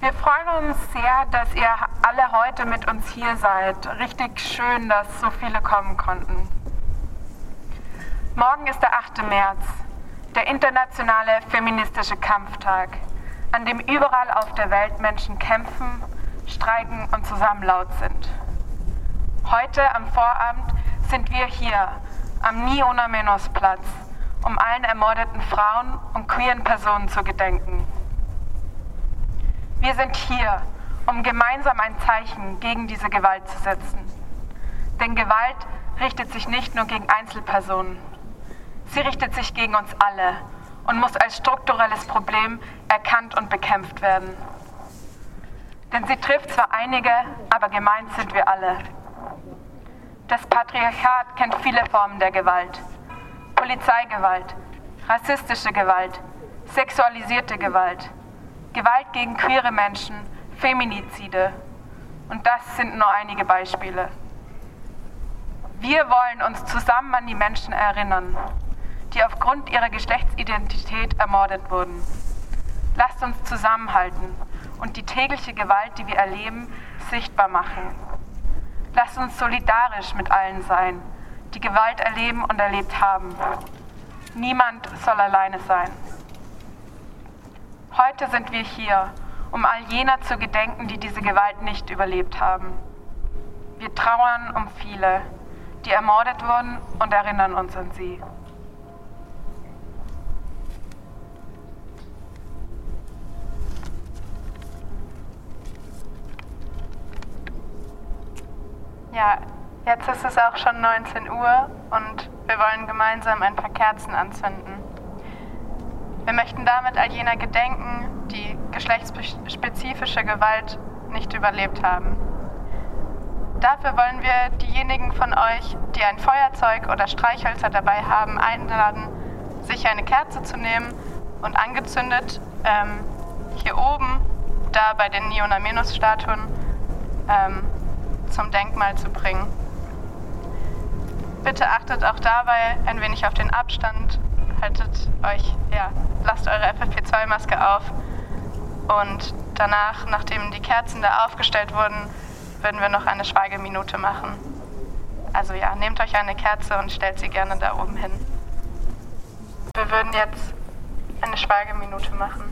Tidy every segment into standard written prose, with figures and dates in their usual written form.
Wir freuen uns sehr, dass ihr alle heute mit uns hier seid. Richtig schön, dass so viele kommen konnten. Morgen ist der 8. März, der internationale feministische Kampftag, an dem überall auf der Welt Menschen kämpfen, streiken und zusammen laut sind. Heute am Vorabend sind wir hier am Ni Una Menos Platz, um allen ermordeten Frauen und queeren Personen zu gedenken. Wir sind hier, um gemeinsam ein Zeichen gegen diese Gewalt zu setzen. Denn Gewalt richtet sich nicht nur gegen Einzelpersonen. Sie richtet sich gegen uns alle und muss als strukturelles Problem erkannt und bekämpft werden. Denn sie trifft zwar einige, aber gemeint sind wir alle. Das Patriarchat kennt viele Formen der Gewalt. Polizeigewalt, rassistische Gewalt, sexualisierte Gewalt, Gewalt gegen queere Menschen, Feminizide. Und das sind nur einige Beispiele. Wir wollen uns zusammen an die Menschen erinnern, die aufgrund ihrer Geschlechtsidentität ermordet wurden. Lasst uns zusammenhalten und die tägliche Gewalt, die wir erleben, sichtbar machen. Lasst uns solidarisch mit allen sein, die Gewalt erleben und erlebt haben. Niemand soll alleine sein. Heute sind wir hier, um all jener zu gedenken, die diese Gewalt nicht überlebt haben. Wir trauern um viele, die ermordet wurden, und erinnern uns an sie. Ja, jetzt ist es auch schon 19 Uhr und wir wollen gemeinsam ein paar Kerzen anzünden. Wir möchten damit all jener gedenken, die geschlechtsspezifische Gewalt nicht überlebt haben. Dafür wollen wir diejenigen von euch, die ein Feuerzeug oder Streichhölzer dabei haben, einladen, sich eine Kerze zu nehmen und angezündet hier oben, da bei den Ni Una Menos Statuen, zum Denkmal zu bringen. Bitte achtet auch dabei ein wenig auf den Abstand, lasst eure FFP2-Maske auf und danach, nachdem die Kerzen da aufgestellt wurden, würden wir noch eine Schweigeminute machen. Also ja, nehmt euch eine Kerze und stellt sie gerne da oben hin. Wir würden jetzt eine Schweigeminute machen.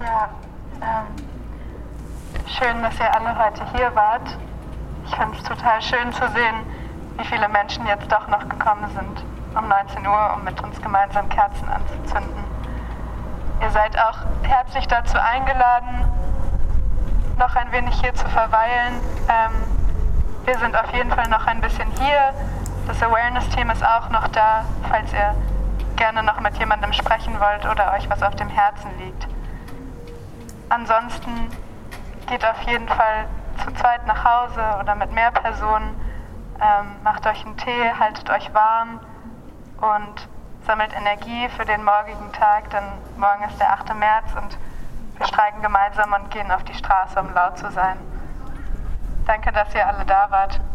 Ja, schön, dass ihr alle heute hier wart. Ich finde es total schön zu sehen, wie viele Menschen jetzt doch noch gekommen sind um 19 Uhr, um mit uns gemeinsam Kerzen anzuzünden. Ihr seid auch herzlich dazu eingeladen, noch ein wenig hier zu verweilen. Wir sind auf jeden Fall noch ein bisschen hier. Das Awareness-Team ist auch noch da, falls ihr gerne noch mit jemandem sprechen wollt oder euch was auf dem Herzen liegt. Ansonsten geht auf jeden Fall zu zweit nach Hause oder mit mehr Personen. Macht euch einen Tee, haltet euch warm und sammelt Energie für den morgigen Tag, denn morgen ist der 8. März und wir streiken gemeinsam und gehen auf die Straße, um laut zu sein. Danke, dass ihr alle da wart.